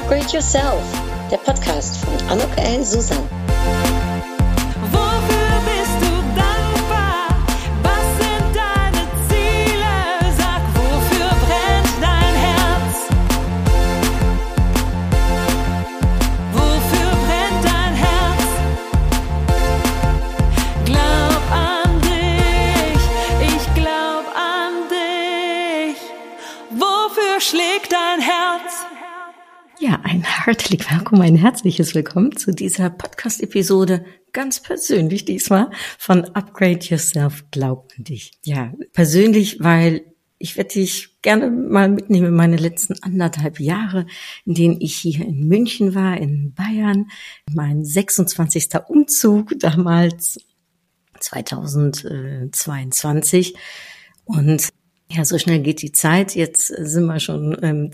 Upgrade Yourself, der Podcast von Anouk Susan. Wofür bist du dankbar? Was sind deine Ziele? Sag, wofür brennt dein Herz? Wofür brennt dein Herz? Glaub an dich, ich glaub an dich. Wofür schlägt dein Herz? Ja, ein herzlich willkommen, ein herzliches Willkommen zu dieser Podcast-Episode, ganz persönlich diesmal, von Upgrade Yourself, glaub an dich. Ja, persönlich, weil ich werde dich gerne mal mitnehmen in meine letzten 1,5 Jahre, in denen ich hier in München war, in Bayern, mein 26. Umzug damals, 2022 und ja, so schnell geht die Zeit. Jetzt sind wir schon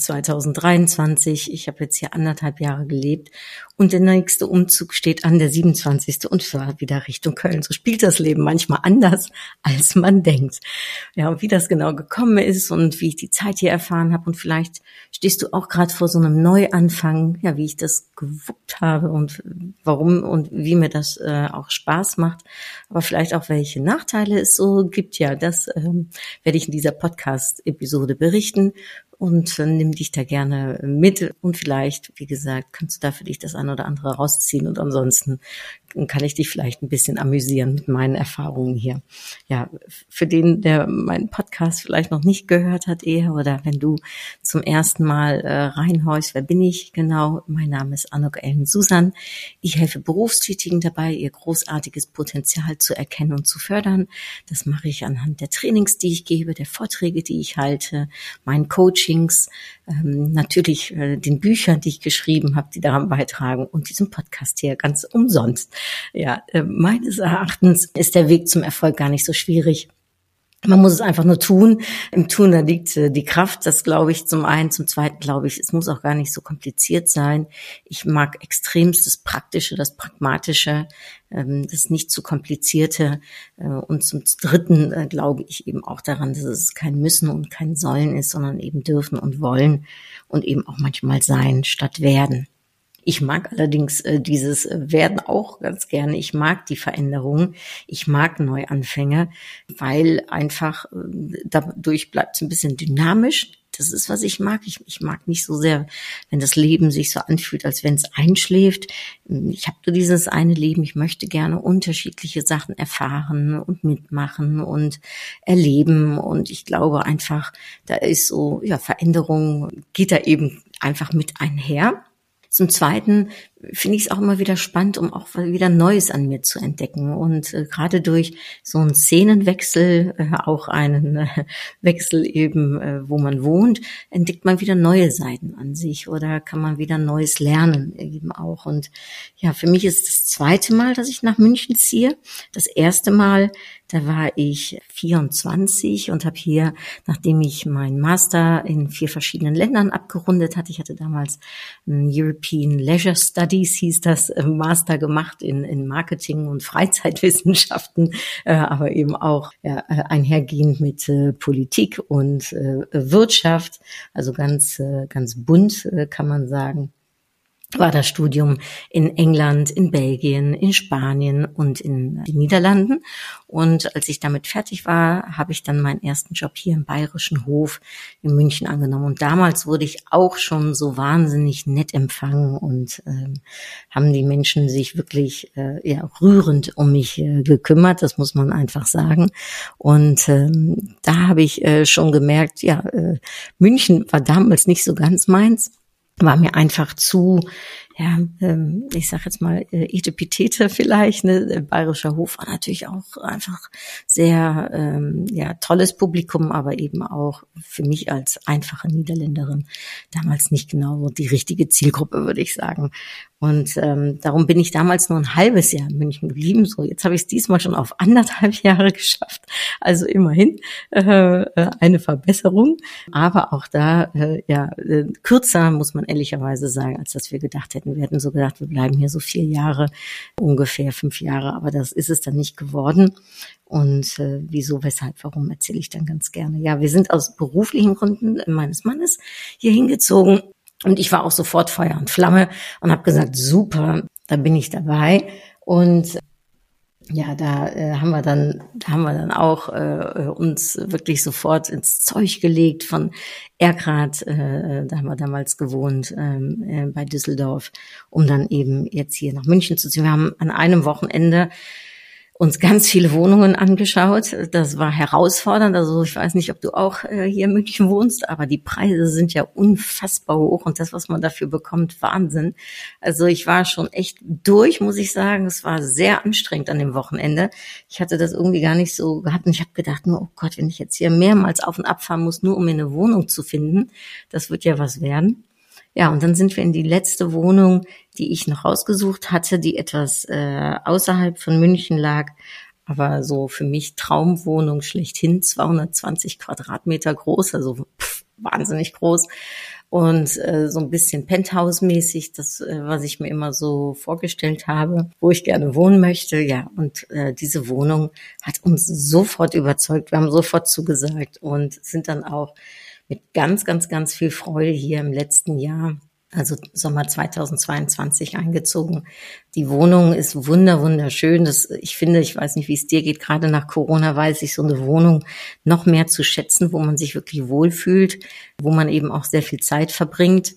2023. Ich habe jetzt hier 1,5 Jahre gelebt und der nächste Umzug steht an, der 27. und zwar wieder Richtung Köln. So spielt das Leben manchmal anders, als man denkt. Ja, und wie das genau gekommen ist und wie ich die Zeit hier erfahren habe und vielleicht stehst du auch gerade vor so einem Neuanfang, ja, wie ich das gewuppt habe und warum und wie mir das auch Spaß macht, aber vielleicht auch welche Nachteile es so gibt. Ja, das werde ich in dieser Podcast-Episode berichten und nimm dich da gerne mit und vielleicht, wie gesagt, kannst du da für dich das eine oder andere rausziehen und ansonsten kann ich dich vielleicht ein bisschen amüsieren mit meinen Erfahrungen hier. Ja, für den, der meinen Podcast vielleicht noch nicht gehört hat eher oder wenn du zum ersten Mal reinhorchst, wer bin ich genau? Mein Name ist Anouk Susan. Ich helfe Berufstätigen dabei, ihr großartiges Potenzial zu erkennen und zu fördern. Das mache ich anhand der Trainings, die ich gebe, der Vorträge, die ich halte, meinen Coachings, natürlich den Büchern, die ich geschrieben habe, die daran beitragen und diesem Podcast hier ganz umsonst. Ja, meines Erachtens ist der Weg zum Erfolg gar nicht so schwierig. Man muss es einfach nur tun. Im Tun, da liegt die Kraft. Das glaube ich zum einen. Zum zweiten glaube ich, es muss auch gar nicht so kompliziert sein. Ich mag extremst das Praktische, das Pragmatische, das nicht zu komplizierte. Und zum dritten glaube ich eben auch daran, dass es kein Müssen und kein Sollen ist, sondern eben dürfen und wollen und eben auch manchmal sein statt werden. Ich mag allerdings dieses Werden auch ganz gerne. Ich mag die Veränderungen. Ich mag Neuanfänge, weil einfach dadurch bleibt es ein bisschen dynamisch. Das ist, was ich mag. Ich mag nicht so sehr, wenn das Leben sich so anfühlt, als wenn es einschläft. Ich habe nur dieses eine Leben. Ich möchte gerne unterschiedliche Sachen erfahren und mitmachen und erleben. Und ich glaube einfach, da ist so, ja, Veränderung geht da eben einfach mit einher. Zum Zweiten finde ich es auch immer wieder spannend, um auch wieder Neues an mir zu entdecken. Und gerade durch so einen Szenenwechsel, auch einen Wechsel eben, wo man wohnt, entdeckt man wieder neue Seiten an sich oder kann man wieder Neues lernen eben auch. Und ja, für mich ist das zweite Mal, dass ich nach München ziehe. Das erste Mal, da war ich 24 und habe hier, nachdem ich meinen Master in 4 verschiedenen Ländern abgerundet hatte, ich hatte damals ein European Leisure Studies, hieß das, Master gemacht in Marketing und Freizeitwissenschaften, aber eben auch einhergehend mit Politik und Wirtschaft, also ganz bunt, kann man sagen. War das Studium in England, in Belgien, in Spanien und in den Niederlanden. Und als ich damit fertig war, habe ich dann meinen ersten Job hier im Bayerischen Hof in München angenommen. Und damals wurde ich auch schon so wahnsinnig nett empfangen und haben die Menschen sich wirklich rührend um mich gekümmert, das muss man einfach sagen. Und da habe ich schon gemerkt, München war damals nicht so ganz meins. War mir einfach zu, ich sag jetzt mal, Etepetete vielleicht, ne? Bayerischer Hof war natürlich auch einfach sehr, tolles Publikum, aber eben auch für mich als einfache Niederländerin damals nicht genau die richtige Zielgruppe, würde ich sagen. Und darum bin ich damals nur ein halbes Jahr in München geblieben. So, jetzt habe ich es diesmal schon auf 1,5 Jahre geschafft. Also immerhin eine Verbesserung. Aber auch da, kürzer, muss man ehrlicherweise sagen, als dass wir gedacht hätten. Wir hätten so gedacht, wir bleiben hier so 4 Jahre, ungefähr 5 Jahre. Aber das ist es dann nicht geworden. Und wieso, weshalb, warum, erzähle ich dann ganz gerne. Ja, wir sind aus beruflichen Gründen meines Mannes hier hingezogen. Und ich war auch sofort Feuer und Flamme und habe gesagt, super, da bin ich dabei. Und ja, da haben wir dann auch uns wirklich sofort ins Zeug gelegt von Erkrath, da haben wir damals gewohnt, bei Düsseldorf, um dann eben jetzt hier nach München zu ziehen. Wir haben an einem Wochenende uns ganz viele Wohnungen angeschaut. Das war herausfordernd. Also ich weiß nicht, ob du auch hier in München wohnst, aber die Preise sind ja unfassbar hoch und das, was man dafür bekommt, Wahnsinn. Also ich war schon echt durch, muss ich sagen. Es war sehr anstrengend an dem Wochenende. Ich hatte das irgendwie gar nicht so gehabt und ich habe gedacht, nur, oh Gott, wenn ich jetzt hier mehrmals auf und ab fahren muss, nur um mir eine Wohnung zu finden, das wird ja was werden. Ja, und dann sind wir in die letzte Wohnung, die ich noch rausgesucht hatte, die etwas außerhalb von München lag, aber so für mich Traumwohnung schlechthin, 220 Quadratmeter groß, also wahnsinnig groß und so ein bisschen Penthouse-mäßig, das, was ich mir immer so vorgestellt habe, wo ich gerne wohnen möchte. Ja, und diese Wohnung hat uns sofort überzeugt, wir haben sofort zugesagt und sind dann auch mit ganz, ganz, ganz viel Freude hier im letzten Jahr, also Sommer 2022 eingezogen. Die Wohnung ist wunderschön. Ich finde, ich weiß nicht, wie es dir geht, gerade nach Corona weiß ich so eine Wohnung noch mehr zu schätzen, wo man sich wirklich wohlfühlt, wo man eben auch sehr viel Zeit verbringt.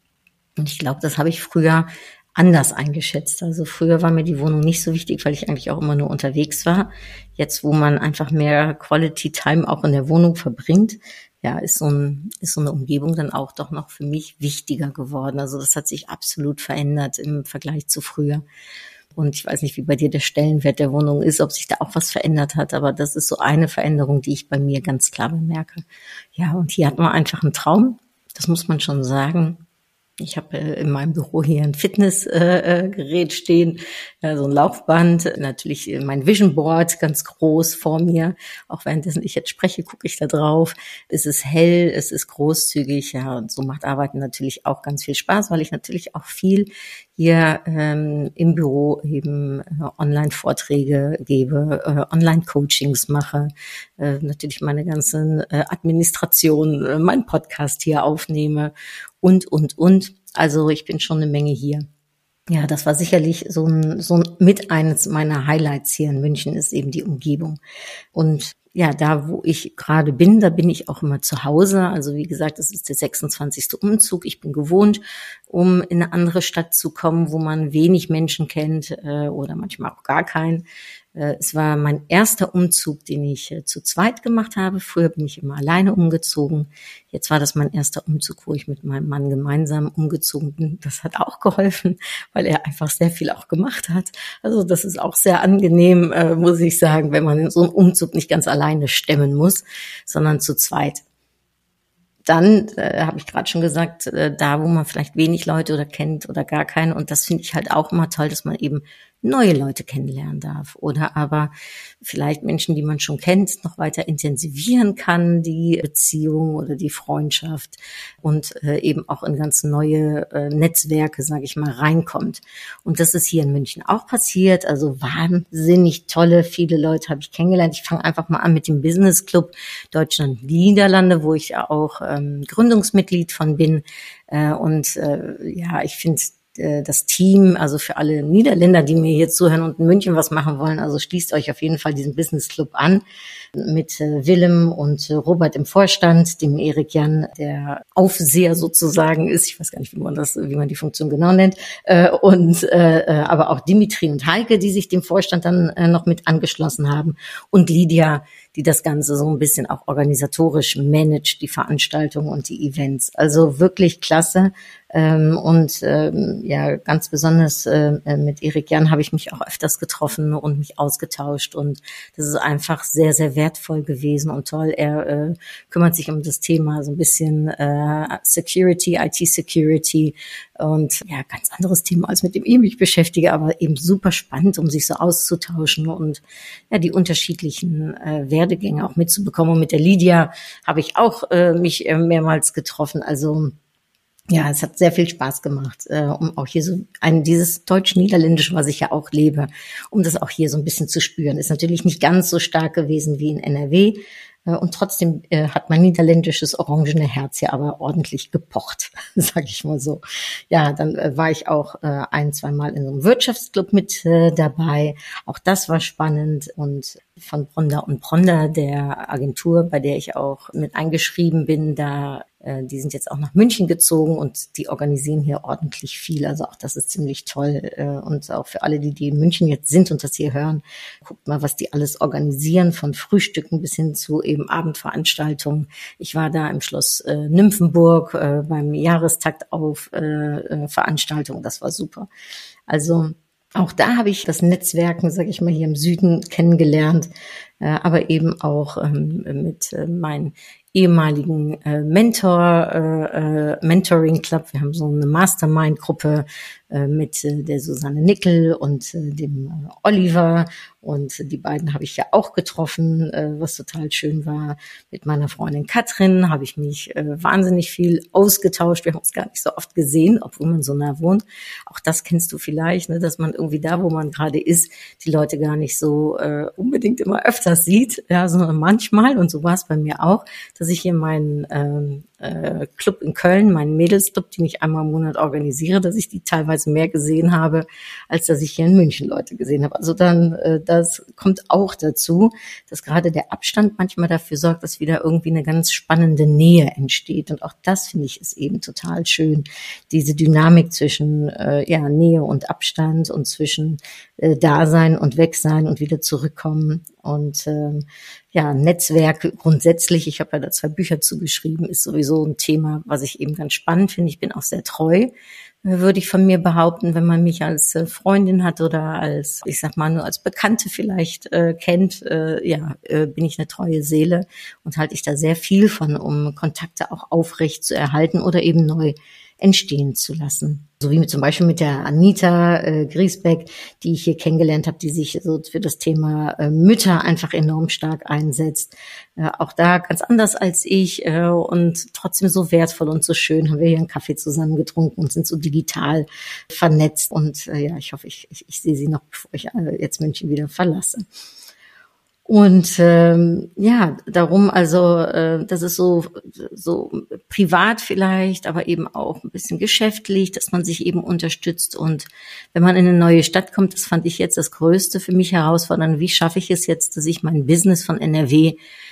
Und ich glaube, das habe ich früher anders eingeschätzt. Also früher war mir die Wohnung nicht so wichtig, weil ich eigentlich auch immer nur unterwegs war. Jetzt, wo man einfach mehr Quality Time auch in der Wohnung verbringt, ja, ist so eine Umgebung dann auch doch noch für mich wichtiger geworden. Also das hat sich absolut verändert im Vergleich zu früher. Und ich weiß nicht, wie bei dir der Stellenwert der Wohnung ist, ob sich da auch was verändert hat, aber das ist so eine Veränderung, die ich bei mir ganz klar bemerke. Ja, und hier hat man einfach einen Traum, das muss man schon sagen. Ich habe in meinem Büro hier ein Fitnessgerät stehen, so ein Laufband, natürlich mein Vision Board ganz groß vor mir. Auch währenddessen ich jetzt spreche, gucke ich da drauf. Es ist hell, es ist großzügig, ja, und so macht Arbeiten natürlich auch ganz viel Spaß, weil ich natürlich auch viel hier im Büro eben Online-Vorträge gebe, Online-Coachings mache, natürlich meine ganzen Administration, meinen Podcast hier aufnehme und. Also ich bin schon eine Menge hier. Ja, das war sicherlich so ein mit eines meiner Highlights hier in München ist eben die Umgebung. Und ja, da wo ich gerade bin, da bin ich auch immer zu Hause. Also wie gesagt, das ist der 26. Umzug. Ich bin gewohnt, um in eine andere Stadt zu kommen, wo man wenig Menschen kennt oder manchmal auch gar keinen. Es war mein erster Umzug, den ich zu zweit gemacht habe. Früher bin ich immer alleine umgezogen. Jetzt war das mein erster Umzug, wo ich mit meinem Mann gemeinsam umgezogen bin. Das hat auch geholfen, weil er einfach sehr viel auch gemacht hat. Also das ist auch sehr angenehm, muss ich sagen, wenn man so einen Umzug nicht ganz alleine stemmen muss, sondern zu zweit. Dann habe ich gerade schon gesagt, da wo man vielleicht wenig Leute oder kennt oder gar keine. Und das finde ich halt auch immer toll, dass man eben neue Leute kennenlernen darf oder aber vielleicht Menschen, die man schon kennt, noch weiter intensivieren kann, die Beziehung oder die Freundschaft und eben auch in ganz neue Netzwerke, sage ich mal, reinkommt. Und das ist hier in München auch passiert, also wahnsinnig tolle, viele Leute habe ich kennengelernt. Ich fange einfach mal an mit dem Business Club Deutschland-Niederlande, wo ich ja auch Gründungsmitglied von bin ja, ich finde das Team, also für alle Niederländer, die mir hier zuhören und in München was machen wollen, also schließt euch auf jeden Fall diesen Business Club an mit Willem und Robert im Vorstand, dem Erik Jan, der Aufseher sozusagen ist. Ich weiß gar nicht, wie man die Funktion genau nennt. Aber auch Dimitri und Heike, die sich dem Vorstand dann noch mit angeschlossen haben und Lydia, die das Ganze so ein bisschen auch organisatorisch managt, die Veranstaltungen und die Events. Also wirklich klasse. Ja, ganz besonders mit Erik Jan habe ich mich auch öfters getroffen und mich ausgetauscht und das ist einfach sehr, sehr wertvoll gewesen und toll. Er kümmert sich um das Thema so ein bisschen Security, IT-Security und ja, ganz anderes Thema, als mit dem ich mich beschäftige, aber eben super spannend, um sich so auszutauschen und ja, die unterschiedlichen Werdegänge auch mitzubekommen. Und mit der Lydia habe ich auch mich mehrmals getroffen, also ja, es hat sehr viel Spaß gemacht, um auch hier so dieses Deutsch-Niederländische, was ich ja auch lebe, um das auch hier so ein bisschen zu spüren. Ist natürlich nicht ganz so stark gewesen wie in NRW, Und trotzdem hat mein niederländisches orangene Herz ja aber ordentlich gepocht, sage ich mal so. Ja, dann war ich auch 1-2 Mal in so einem Wirtschaftsclub mit dabei. Auch das war spannend. Und von Bronder und Bronder, der Agentur, bei der ich auch mit eingeschrieben bin, die sind jetzt auch nach München gezogen und die organisieren hier ordentlich viel. Also auch das ist ziemlich toll. Und auch für alle, die in München jetzt sind und das hier hören, guckt mal, was die alles organisieren, von Frühstücken bis hin zu eben Abendveranstaltungen. Ich war da im Schloss Nymphenburg beim Jahrestakt auf Veranstaltungen. Das war super. Also auch da habe ich das Netzwerken, sage ich mal, hier im Süden kennengelernt, aber eben auch mit meinen ehemaligen Mentoring Club. Wir haben so eine Mastermind-Gruppe mit der Susanne Nickel und dem Oliver. Und die beiden habe ich ja auch getroffen, was total schön war. Mit meiner Freundin Katrin habe ich mich wahnsinnig viel ausgetauscht. Wir haben uns gar nicht so oft gesehen, obwohl man so nah wohnt. Auch das kennst du vielleicht, ne, dass man irgendwie da, wo man gerade ist, die Leute gar nicht so unbedingt immer öfters sieht, ja, sondern manchmal. Und so war es bei mir auch, dass ich hier meinen Club in Köln, meinen Mädelsclub, den ich einmal im Monat organisiere, dass ich die teilweise mehr gesehen habe, als dass ich hier in München Leute gesehen habe. Also dann, das kommt auch dazu, dass gerade der Abstand manchmal dafür sorgt, dass wieder irgendwie eine ganz spannende Nähe entsteht. Und auch das, finde ich, ist eben total schön. Diese Dynamik zwischen Nähe und Abstand und zwischen Dasein und Wegsein und wieder zurückkommen. Und Netzwerke grundsätzlich, ich habe ja da 2 Bücher zugeschrieben, ist sowieso ein Thema, was ich eben ganz spannend finde. Ich bin auch sehr treu, würde ich von mir behaupten, wenn man mich als Freundin hat oder als, ich sag mal, nur als Bekannte vielleicht kennt, bin ich eine treue Seele und halte ich da sehr viel von, um Kontakte auch aufrecht zu erhalten oder eben neu entstehen zu lassen. So wie zum Beispiel mit der Anita Griesbeck, die ich hier kennengelernt habe, die sich so für das Thema Mütter einfach enorm stark einsetzt. Auch da ganz anders als ich und trotzdem so wertvoll und so schön. Haben wir hier einen Kaffee zusammen getrunken und sind so digital vernetzt. Und ich hoffe, ich sehe sie noch, bevor ich jetzt München wieder verlasse. Und darum, also das ist so privat vielleicht, aber eben auch ein bisschen geschäftlich, dass man sich eben unterstützt. Und wenn man in eine neue Stadt kommt, das fand ich jetzt das Größte für mich herausfordernd, wie schaffe ich es jetzt, dass ich mein Business von NRW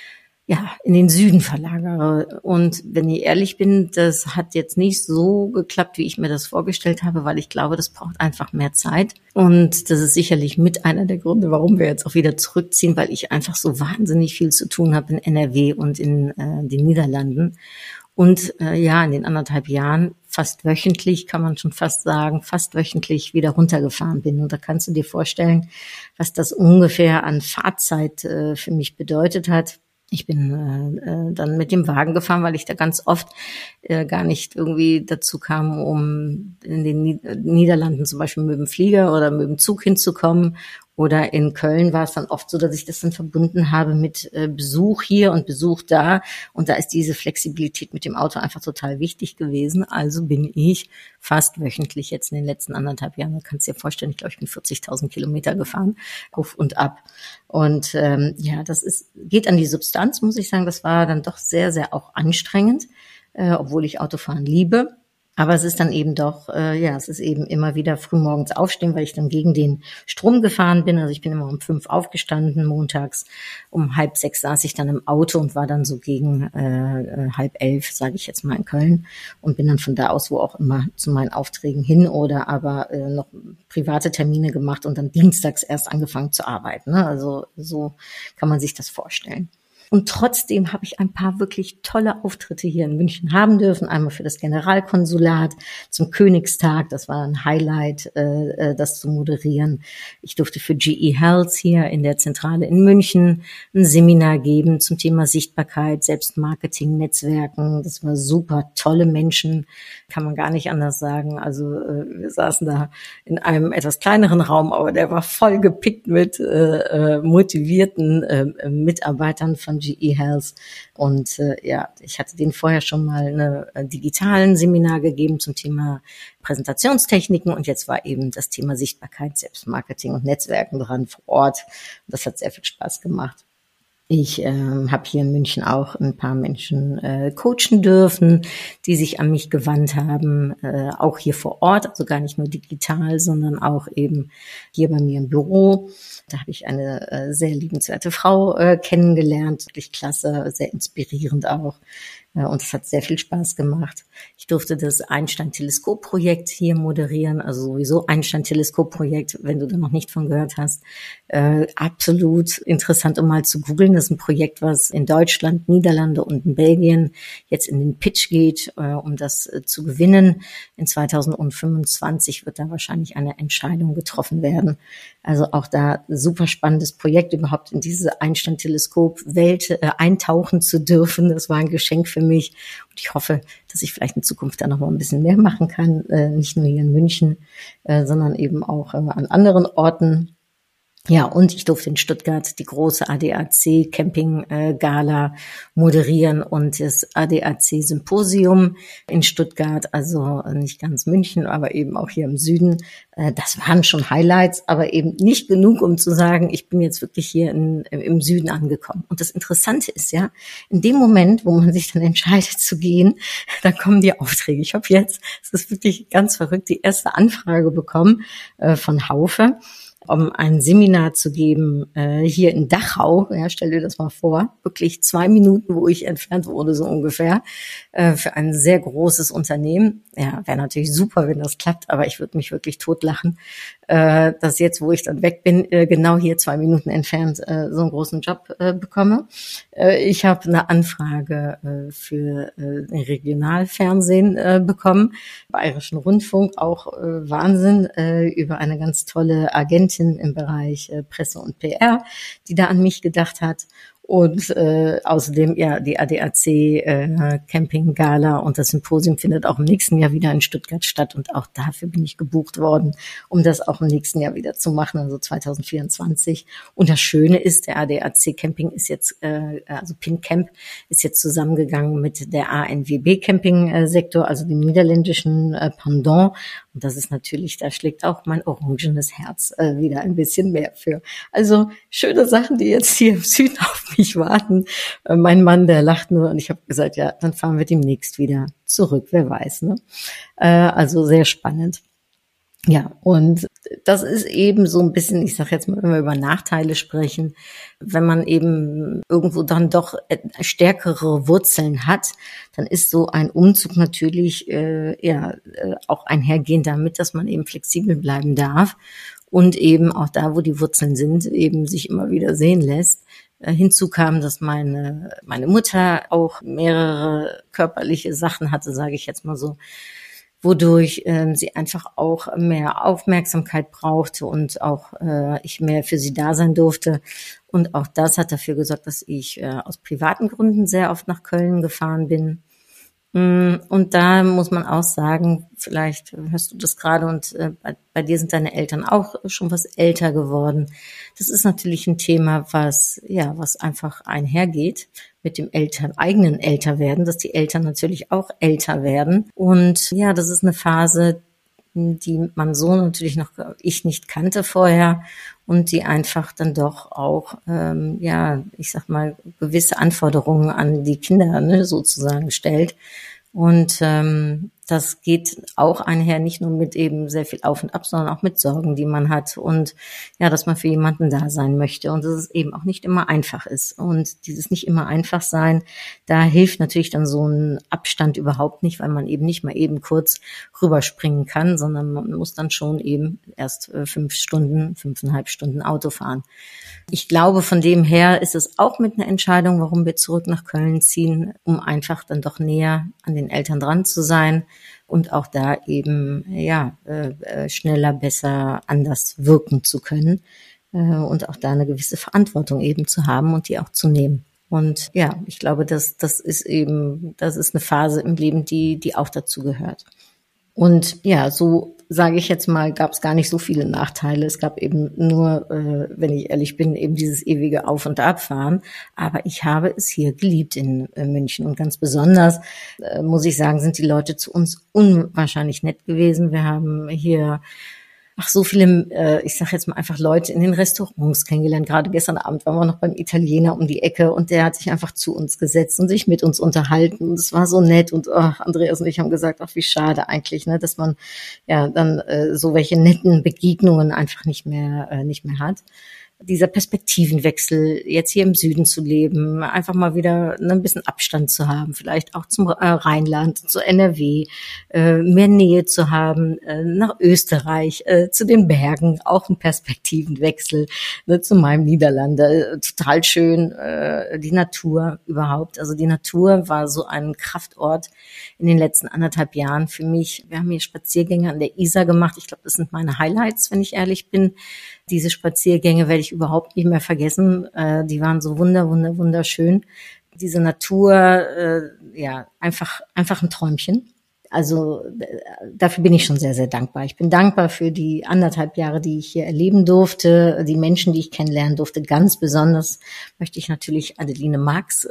in den Süden verlagere. Und wenn ich ehrlich bin, das hat jetzt nicht so geklappt, wie ich mir das vorgestellt habe, weil ich glaube, das braucht einfach mehr Zeit. Und das ist sicherlich mit einer der Gründe, warum wir jetzt auch wieder zurückziehen, weil ich einfach so wahnsinnig viel zu tun habe in NRW und in den Niederlanden. Und in den 1,5 Jahren fast wöchentlich, kann man schon fast sagen, wieder runtergefahren bin. Und da kannst du dir vorstellen, was das ungefähr an Fahrzeit für mich bedeutet hat. Ich bin dann mit dem Wagen gefahren, weil ich da ganz oft gar nicht irgendwie dazu kam, um in den Niederlanden zum Beispiel mit dem Flieger oder mit dem Zug hinzukommen. Oder in Köln war es dann oft so, dass ich das dann verbunden habe mit Besuch hier und Besuch da. Und da ist diese Flexibilität mit dem Auto einfach total wichtig gewesen. Also bin ich fast wöchentlich jetzt in den letzten 1,5 Jahren, du kannst dir vorstellen, ich glaube, ich bin 40.000 Kilometer gefahren, auf und ab. Und geht an die Substanz, muss ich sagen. Das war dann doch sehr, sehr auch anstrengend, obwohl ich Autofahren liebe. Aber es ist dann eben doch, es ist eben immer wieder frühmorgens aufstehen, weil ich dann gegen den Strom gefahren bin. Also ich bin immer um 5 aufgestanden, montags um 5:30 saß ich dann im Auto und war dann so gegen 10:30, sage ich jetzt mal, in Köln und bin dann von da aus, wo auch immer, zu meinen Aufträgen hin oder aber noch private Termine gemacht und dann dienstags erst angefangen zu arbeiten. Ne? Also so kann man sich das vorstellen. Und trotzdem habe ich ein paar wirklich tolle Auftritte hier in München haben dürfen. Einmal für das Generalkonsulat zum Königstag. Das war ein Highlight, das zu moderieren. Ich durfte für GE Health hier in der Zentrale in München ein Seminar geben zum Thema Sichtbarkeit, Selbstmarketing, Netzwerken. Das war super. Tolle Menschen, kann man gar nicht anders sagen. Also wir saßen da in einem etwas kleineren Raum, aber der war voll gepickt mit motivierten Mitarbeitern von GE Health. Und ich hatte denen vorher schon mal eine digitalen Seminar gegeben zum Thema Präsentationstechniken und jetzt war eben das Thema Sichtbarkeit, Selbstmarketing und Netzwerken dran vor Ort. Das hat sehr viel Spaß gemacht. Ich habe hier in München auch ein paar Menschen coachen dürfen, die sich an mich gewandt haben, auch hier vor Ort, also gar nicht nur digital, sondern auch eben hier bei mir im Büro. Da habe ich eine sehr liebenswerte Frau kennengelernt, wirklich klasse, sehr inspirierend auch. Und es hat sehr viel Spaß gemacht. Ich durfte das Einstein-Teleskop-Projekt hier moderieren, also sowieso Einstein-Teleskop-Projekt, wenn du da noch nicht von gehört hast. Absolut interessant, um mal zu googeln. Das ist ein Projekt, was in Deutschland, Niederlande und in Belgien jetzt in den Pitch geht, um das zu gewinnen. In 2025 wird da wahrscheinlich eine Entscheidung getroffen werden. Also auch da super spannendes Projekt, überhaupt in diese Einstein-Teleskop-Welt eintauchen zu dürfen. Das war ein Geschenk für mich. Und ich hoffe, dass ich vielleicht in Zukunft da noch mal ein bisschen mehr machen kann. Nicht nur hier in München, sondern eben auch an anderen Orten. Ja, und ich durfte in Stuttgart die große ADAC Camping Gala moderieren und das ADAC Symposium in Stuttgart, also nicht ganz München, aber eben auch hier im Süden. Das waren schon Highlights, aber eben nicht genug, um zu sagen, ich bin jetzt wirklich hier im Süden angekommen. Und das Interessante ist ja, in dem Moment, wo man sich dann entscheidet zu gehen, da kommen die Aufträge. Ich habe jetzt, es ist wirklich ganz verrückt, die erste Anfrage bekommen von Haufe, um ein Seminar zu geben hier in Dachau. Ja, stell dir das mal vor, wirklich 2 Minuten, wo ich entfernt wurde, so ungefähr, für ein sehr großes Unternehmen. Ja, wäre natürlich super, wenn das klappt, aber ich würde mich wirklich totlachen, dass jetzt, wo ich dann weg bin, genau hier 2 Minuten entfernt so einen großen Job bekomme. Ich habe eine Anfrage für Regionalfernsehen bekommen, Bayerischen Rundfunk, auch Wahnsinn, über eine ganz tolle Agentin im Bereich Presse und PR, die da an mich gedacht hat. Und außerdem ja die ADAC Camping Gala und das Symposium findet auch im nächsten Jahr wieder in Stuttgart statt und auch dafür bin ich gebucht worden, um das auch im nächsten Jahr wieder zu machen, also 2024. Und das Schöne ist, der ADAC Camping ist jetzt, also PinCamp ist jetzt zusammengegangen mit der ANWB Camping Sektor, also dem niederländischen Pendant. Und das ist natürlich, da schlägt auch mein orangenes Herz wieder ein bisschen mehr für. Also schöne Sachen, die jetzt hier im Süden auf mich warten. Mein Mann, der lacht nur und ich habe gesagt, ja, dann fahren wir demnächst wieder zurück, wer weiß. Ne? Also sehr spannend. Ja, und das ist eben so ein bisschen, ich sage jetzt mal, wenn wir über Nachteile sprechen, wenn man eben irgendwo dann doch stärkere Wurzeln hat, dann ist so ein Umzug natürlich auch einhergehend damit, dass man eben flexibel bleiben darf und eben auch da, wo die Wurzeln sind, eben sich immer wieder sehen lässt. Hinzu kam, dass meine Mutter auch mehrere körperliche Sachen hatte, sage ich jetzt mal so, wodurch sie einfach auch mehr Aufmerksamkeit brauchte und auch ich mehr für sie da sein durfte. Und auch das hat dafür gesorgt, dass ich aus privaten Gründen sehr oft nach Köln gefahren bin. Und da muss man auch sagen, vielleicht hörst du das gerade und bei dir sind deine Eltern auch schon was älter geworden. Das ist natürlich ein Thema, was einfach einhergeht mit dem eigenen Älterwerden, dass die Eltern natürlich auch älter werden. Und ja, das ist eine Phase, die man so natürlich ich nicht kannte vorher und die einfach dann doch auch, ich sag mal, gewisse Anforderungen an die Kinder sozusagen stellt. Und das geht auch einher nicht nur mit eben sehr viel Auf und Ab, sondern auch mit Sorgen, die man hat und ja, dass man für jemanden da sein möchte und dass es eben auch nicht immer einfach ist. Und dieses nicht immer einfach sein, da hilft natürlich dann so ein Abstand überhaupt nicht, weil man eben nicht mal eben kurz rüberspringen kann, sondern man muss dann schon eben erst 5,5 Stunden Auto fahren. Ich glaube, von dem her ist es auch mit einer Entscheidung, warum wir zurück nach Köln ziehen, um einfach dann doch näher an den Eltern dran zu sein und auch da eben schneller, besser, anders wirken zu können und auch da eine gewisse Verantwortung eben zu haben und die auch zu nehmen. Und ja, ich glaube, das ist eine Phase im Leben, die auch dazu gehört. Und ja, so sage ich jetzt mal, gab es gar nicht so viele Nachteile. Es gab eben nur, wenn ich ehrlich bin, eben dieses ewige Auf- und Abfahren. Aber ich habe es hier geliebt in München. Und ganz besonders, muss ich sagen, sind die Leute zu uns unwahrscheinlich nett gewesen. Wir haben hier so viele, ich sage jetzt mal einfach Leute in den Restaurants kennengelernt. Gerade gestern Abend waren wir noch beim Italiener um die Ecke und der hat sich einfach zu uns gesetzt und sich mit uns unterhalten. Und es war so nett und Andreas und ich haben gesagt, wie schade eigentlich, ne, dass man ja dann so welche netten Begegnungen einfach nicht mehr hat. Dieser Perspektivenwechsel, jetzt hier im Süden zu leben, einfach mal wieder ein bisschen Abstand zu haben, vielleicht auch zum Rheinland, zu NRW, mehr Nähe zu haben, nach Österreich, zu den Bergen, auch ein Perspektivenwechsel, ne, zu meinem Niederlande, total schön, die Natur überhaupt. Also die Natur war so ein Kraftort in den letzten 1,5 Jahren für mich. Wir haben hier Spaziergänge an der Isar gemacht. Ich glaube, das sind meine Highlights, wenn ich ehrlich bin. Diese Spaziergänge werde ich überhaupt nicht mehr vergessen. Die waren so wunderschön. Diese Natur, einfach ein Träumchen. Also dafür bin ich schon sehr, sehr dankbar. Ich bin dankbar für die 1,5 Jahre, die ich hier erleben durfte, die Menschen, die ich kennenlernen durfte. Ganz besonders möchte ich natürlich Adeline Marx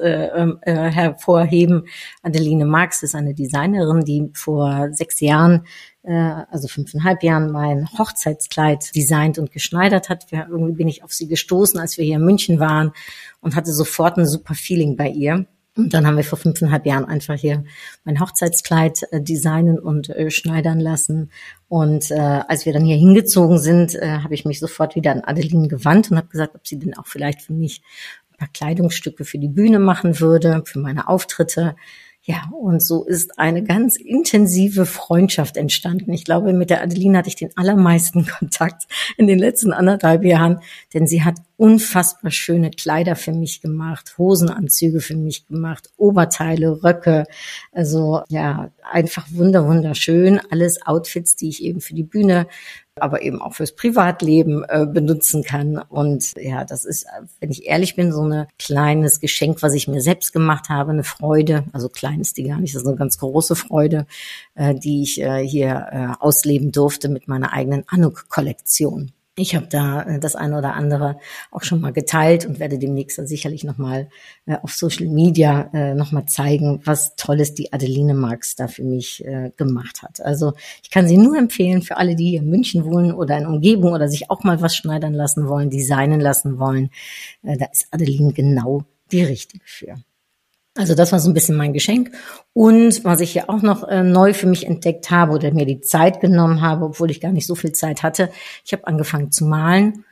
hervorheben. Adeline Marx ist eine Designerin, die vor 6 Jahren, also 5,5 Jahren, mein Hochzeitskleid designt und geschneidert hat. Irgendwie bin ich auf sie gestoßen, als wir hier in München waren und hatte sofort ein super Feeling bei ihr. Und dann haben wir vor 5,5 Jahren einfach hier mein Hochzeitskleid designen und schneidern lassen. Und als wir dann hier hingezogen sind, habe ich mich sofort wieder an Adeline gewandt und habe gesagt, ob sie denn auch vielleicht für mich ein paar Kleidungsstücke für die Bühne machen würde, für meine Auftritte. Ja, und so ist eine ganz intensive Freundschaft entstanden. Ich glaube, mit der Adeline hatte ich den allermeisten Kontakt in den letzten 1,5 Jahren, denn sie hat unfassbar schöne Kleider für mich gemacht, Hosenanzüge für mich gemacht, Oberteile, Röcke, also ja, einfach wunderschön. Alles Outfits, die ich eben für die Bühne, aber eben auch fürs Privatleben benutzen kann. Und ja, das ist, wenn ich ehrlich bin, so ein kleines Geschenk, was ich mir selbst gemacht habe, eine Freude. Also klein ist die gar nicht, das ist eine ganz große Freude, die ich hier ausleben durfte mit meiner eigenen Anuk-Kollektion. Ich habe da das eine oder andere auch schon mal geteilt und werde demnächst sicherlich nochmal auf Social Media nochmal zeigen, was Tolles die Adeline Marx da für mich gemacht hat. Also ich kann sie nur empfehlen für alle, die hier in München wohnen oder in Umgebung oder sich auch mal was schneidern lassen wollen, designen lassen wollen. Da ist Adeline genau die Richtige für. Also das war so ein bisschen mein Geschenk. Und was ich hier auch noch neu für mich entdeckt habe oder mir die Zeit genommen habe, obwohl ich gar nicht so viel Zeit hatte, ich habe angefangen zu malen.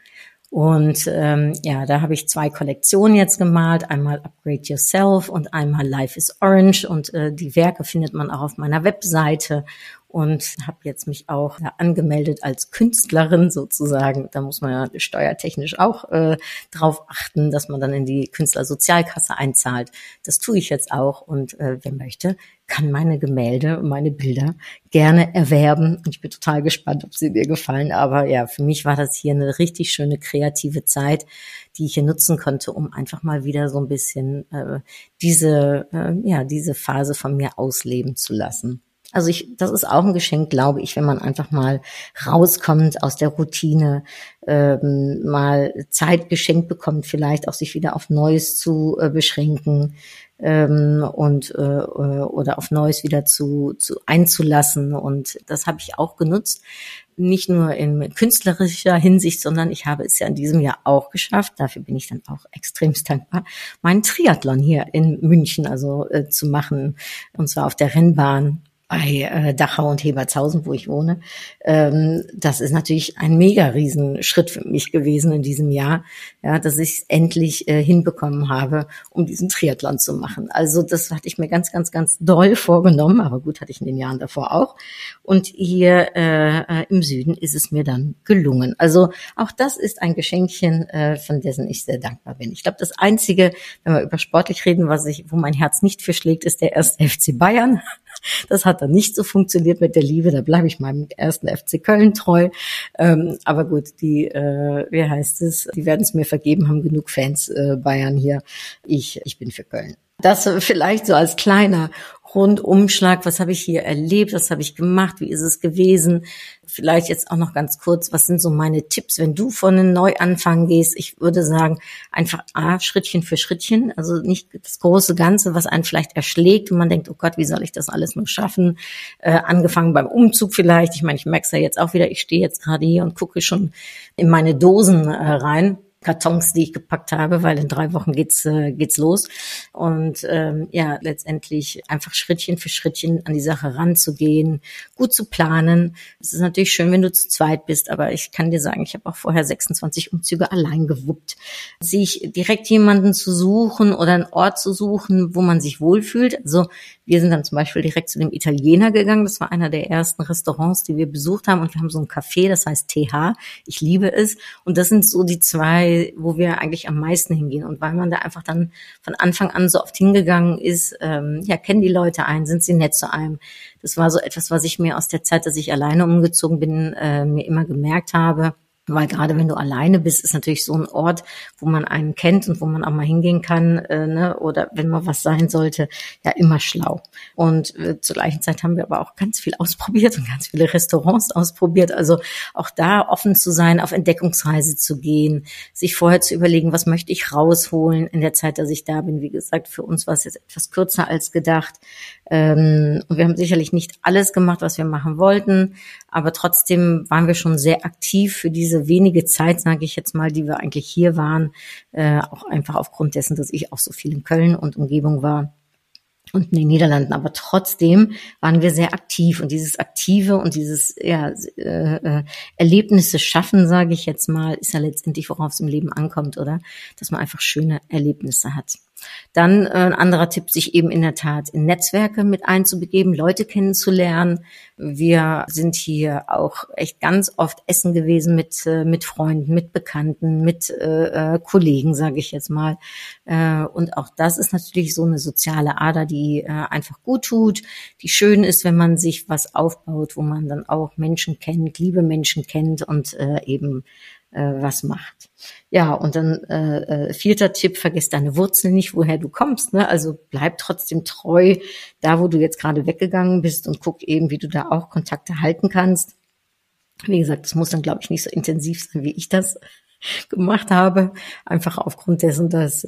Und da habe ich 2 Kollektionen jetzt gemalt, einmal Upgrade Yourself und einmal Life is Orange. Und die Werke findet man auch auf meiner Webseite. Und habe jetzt mich auch angemeldet als Künstlerin sozusagen. Da muss man ja steuertechnisch auch drauf achten, dass man dann in die Künstlersozialkasse einzahlt. Das tue ich jetzt auch und wer möchte, kann meine Gemälde, meine Bilder gerne erwerben. Und ich bin total gespannt, ob sie mir gefallen. Aber ja, für mich war das hier eine richtig schöne kreative Zeit, die ich hier nutzen konnte, um einfach mal wieder so ein bisschen diese Phase von mir ausleben zu lassen. Also das ist auch ein Geschenk, glaube ich, wenn man einfach mal rauskommt aus der Routine, mal Zeit geschenkt bekommt, vielleicht auch sich wieder auf Neues zu beschränken oder auf Neues wieder zu einzulassen. Und das habe ich auch genutzt, nicht nur in künstlerischer Hinsicht, sondern ich habe es ja in diesem Jahr auch geschafft. Dafür bin ich dann auch extremst dankbar, meinen Triathlon hier in München zu machen, und zwar auf der Rennbahn bei Dachau und Hebertshausen, wo ich wohne. Das ist natürlich ein mega Riesenschritt für mich gewesen in diesem Jahr, ja, dass ich es endlich hinbekommen habe, um diesen Triathlon zu machen. Also das hatte ich mir ganz doll vorgenommen, aber gut, hatte ich in den Jahren davor auch. Und hier im Süden ist es mir dann gelungen. Also auch das ist ein Geschenkchen, von dessen ich sehr dankbar bin. Ich glaube, das Einzige, wenn wir über sportlich reden, wo mein Herz nicht für schlägt, ist der 1. FC Bayern. Das hat dann nicht so funktioniert mit der Liebe, da bleibe ich meinem 1. FC Köln treu. Aber gut, die werden es mir vergeben, haben genug Fans Bayern hier. Ich bin für Köln. Das vielleicht so als kleiner Rundumschlag, was habe ich hier erlebt, was habe ich gemacht, wie ist es gewesen? Vielleicht jetzt auch noch ganz kurz, was sind so meine Tipps, wenn du von einem Neuanfang gehst? Ich würde sagen, einfach Schrittchen für Schrittchen, also nicht das große Ganze, was einen vielleicht erschlägt und man denkt, oh Gott, wie soll ich das alles nur schaffen? Angefangen beim Umzug vielleicht. Ich meine, ich merke es ja jetzt auch wieder, ich stehe jetzt gerade hier und gucke schon in meine Dosen rein. Kartons, die ich gepackt habe, weil in 3 Wochen geht's los. Und letztendlich einfach Schrittchen für Schrittchen an die Sache ranzugehen, gut zu planen. Es ist natürlich schön, wenn du zu zweit bist, aber ich kann dir sagen, ich habe auch vorher 26 Umzüge allein gewuppt. Sich direkt jemanden zu suchen oder einen Ort zu suchen, wo man sich wohlfühlt. Also wir sind dann zum Beispiel direkt zu dem Italiener gegangen. Das war einer der ersten Restaurants, die wir besucht haben. Und wir haben so ein Café, das heißt TH. Ich liebe es. Und das sind so die 2, wo wir eigentlich am meisten hingehen. Und weil man da einfach dann von Anfang an so oft hingegangen ist, kennen die Leute einen, sind sie nett zu einem. Das war so etwas, was ich mir aus der Zeit, dass ich alleine umgezogen bin, mir immer gemerkt habe. Weil gerade wenn du alleine bist, ist natürlich so ein Ort, wo man einen kennt und wo man auch mal hingehen kann, oder wenn mal was sein sollte, ja immer schlau. Und zur gleichen Zeit haben wir aber auch ganz viel ausprobiert und ganz viele Restaurants ausprobiert. Also auch da offen zu sein, auf Entdeckungsreise zu gehen, sich vorher zu überlegen, was möchte ich rausholen in der Zeit, dass ich da bin. Wie gesagt, für uns war es jetzt etwas kürzer als gedacht. Und wir haben sicherlich nicht alles gemacht, was wir machen wollten, aber trotzdem waren wir schon sehr aktiv für diese wenige Zeit, sage ich jetzt mal, die wir eigentlich hier waren, auch einfach aufgrund dessen, dass ich auch so viel in Köln und Umgebung war und in den Niederlanden. Aber trotzdem waren wir sehr aktiv und dieses Aktive und dieses Erlebnisse schaffen, sage ich jetzt mal, ist ja letztendlich, worauf es im Leben ankommt, oder? Dass man einfach schöne Erlebnisse hat. Dann ein anderer Tipp, sich eben in der Tat in Netzwerke mit einzubegeben, Leute kennenzulernen. Wir sind hier auch echt ganz oft essen gewesen mit Freunden, mit Bekannten, mit Kollegen, sage ich jetzt mal. Und auch das ist natürlich so eine soziale Ader, die einfach gut tut, die schön ist, wenn man sich was aufbaut, wo man dann auch Menschen kennt, liebe Menschen kennt und eben was macht. Ja, und dann 4. Tipp, vergiss deine Wurzeln nicht, woher du kommst, ne? Also bleib trotzdem treu da, wo du jetzt gerade weggegangen bist und guck eben, wie du da auch Kontakte halten kannst. Wie gesagt, das muss dann, glaube ich, nicht so intensiv sein, wie ich das gemacht habe, einfach aufgrund dessen, dass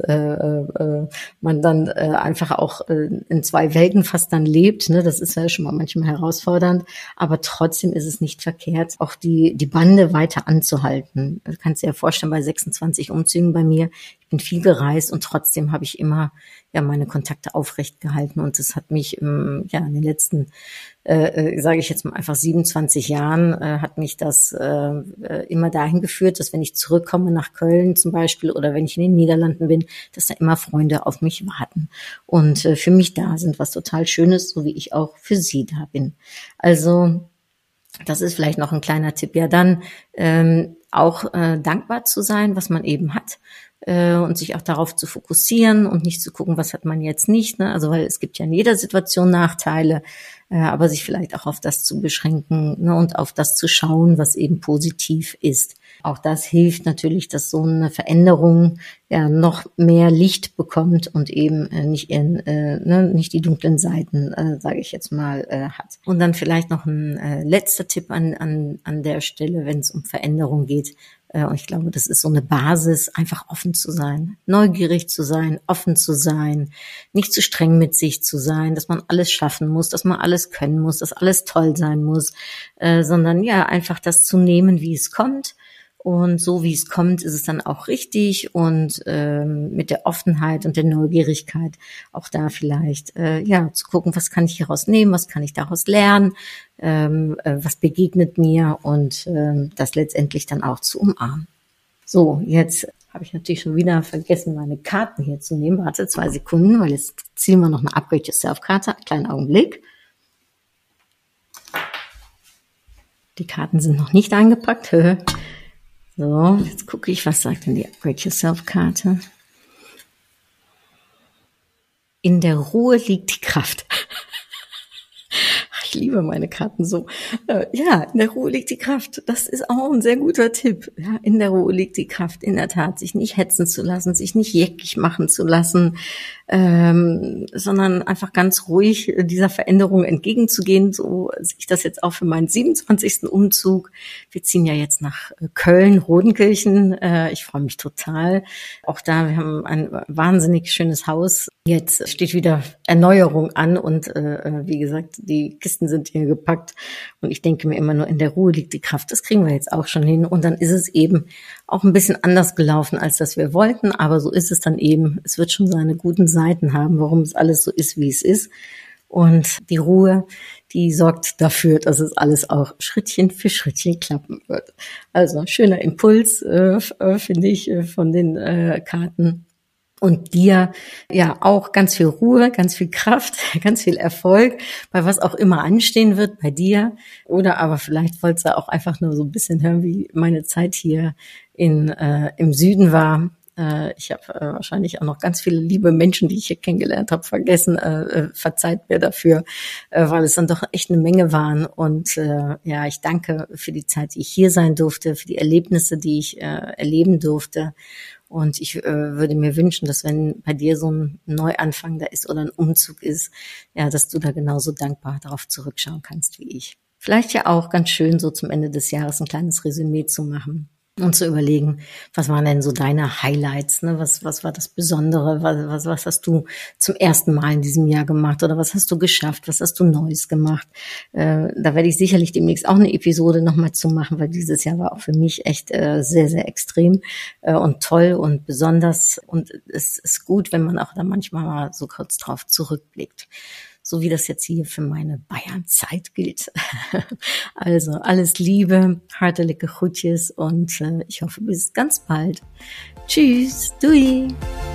man dann einfach auch in 2 Welten fast dann lebt, ne? Das ist ja schon mal manchmal herausfordernd, aber trotzdem ist es nicht verkehrt, auch die Bande weiter anzuhalten. Du kannst dir ja vorstellen, bei 26 Umzügen bei mir, ich bin viel gereist und trotzdem habe ich immer meine Kontakte aufrecht gehalten und das hat mich in den letzten sage ich jetzt mal einfach 27 Jahren, hat mich das immer dahin geführt, dass wenn ich zurückkomme nach Köln zum Beispiel oder wenn ich in den Niederlanden bin, dass da immer Freunde auf mich warten und für mich da sind, was total Schönes, so wie ich auch für sie da bin. Also das ist vielleicht noch ein kleiner Tipp. Ja, dann auch dankbar zu sein, was man eben hat. Und sich auch darauf zu fokussieren und nicht zu gucken, was hat man jetzt nicht, ne? Also weil es gibt ja in jeder Situation Nachteile, aber sich vielleicht auch auf das zu beschränken, ne? Und auf das zu schauen, was eben positiv ist. Auch das hilft natürlich, dass so eine Veränderung noch mehr Licht bekommt und eben nicht die dunklen Seiten, sage ich jetzt mal, hat. Und dann vielleicht noch ein letzter Tipp an der Stelle, wenn es um Veränderung geht. Und ich glaube, das ist so eine Basis, einfach offen zu sein, neugierig zu sein, offen zu sein, nicht zu streng mit sich zu sein, dass man alles schaffen muss, dass man alles können muss, dass alles toll sein muss, sondern einfach das zu nehmen, wie es kommt. Und so wie es kommt, ist es dann auch richtig und mit der Offenheit und der Neugierigkeit auch da vielleicht zu gucken, was kann ich hieraus nehmen, was kann ich daraus lernen, was begegnet mir und das letztendlich dann auch zu umarmen. So, jetzt habe ich natürlich schon wieder vergessen, meine Karten hier zu nehmen. Warte 2 Sekunden, weil jetzt ziehen wir noch eine Upgrade Yourself Karte. Kleinen Augenblick. Die Karten sind noch nicht eingepackt. So, jetzt gucke ich, was sagt denn die Upgrade Yourself Karte? In der Ruhe liegt die Kraft. Ich liebe meine Karten so. Ja, in der Ruhe liegt die Kraft. Das ist auch ein sehr guter Tipp. Ja, in der Ruhe liegt die Kraft. In der Tat, sich nicht hetzen zu lassen, sich nicht jäckig machen zu lassen, sondern einfach ganz ruhig dieser Veränderung entgegenzugehen. So sehe ich das jetzt auch für meinen 27. Umzug. Wir ziehen ja jetzt nach Köln, Rodenkirchen. Ich freue mich total. Auch da, wir haben ein wahnsinnig schönes Haus. Jetzt steht wieder Erneuerung an und wie gesagt, die Kisten sind hier gepackt und ich denke mir immer nur, in der Ruhe liegt die Kraft. Das kriegen wir jetzt auch schon hin und dann ist es eben auch ein bisschen anders gelaufen, als das wir wollten, aber so ist es dann eben. Es wird schon seine guten Seiten haben, warum es alles so ist, wie es ist. Und die Ruhe, die sorgt dafür, dass es alles auch Schrittchen für Schrittchen klappen wird. Also schöner Impuls, finde ich, von den Karten. Und dir ja auch ganz viel Ruhe, ganz viel Kraft, ganz viel Erfolg, bei was auch immer anstehen wird bei dir. Oder aber vielleicht wolltest du auch einfach nur so ein bisschen hören, wie meine Zeit hier im Süden war. Ich habe wahrscheinlich auch noch ganz viele liebe Menschen, die ich hier kennengelernt habe, vergessen. Verzeiht mir dafür, weil es dann doch echt eine Menge waren. Und ja, ich danke für die Zeit, die ich hier sein durfte, für die Erlebnisse, die ich erleben durfte. Und ich würde mir wünschen, dass wenn bei dir so ein Neuanfang da ist oder ein Umzug ist, ja, dass du da genauso dankbar darauf zurückschauen kannst wie ich. Vielleicht ja auch ganz schön, so zum Ende des Jahres ein kleines Resümee zu machen und zu überlegen, was waren denn so deine Highlights, ne? Was war das Besondere? Was hast du zum ersten Mal in diesem Jahr gemacht? Oder was hast du geschafft? Was hast du Neues gemacht? Da werde ich sicherlich demnächst auch eine Episode nochmal zu machen, weil dieses Jahr war auch für mich echt sehr, sehr extrem und toll und besonders. Und es ist gut, wenn man auch da manchmal mal so kurz drauf zurückblickt. So wie das jetzt hier für meine Bayern-Zeit gilt. Also alles Liebe, hartelijke groetjes und ich hoffe bis ganz bald. Tschüss, doei.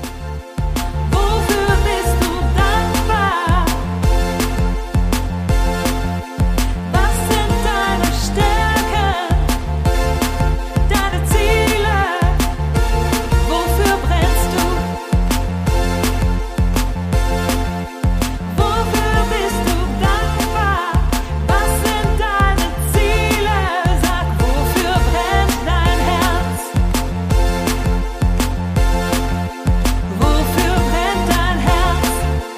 Wofür bist du dankbar? Was sind deine Stärken, deine Ziele? Wofür brennst du? Wofür bist du dankbar? Was sind deine Ziele? Sag, wofür brennt dein Herz? Wofür brennt dein Herz?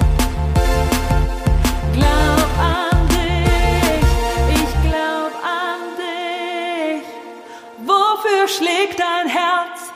Glaub an dich, ich glaub an dich. Wofür schlägt dein Herz?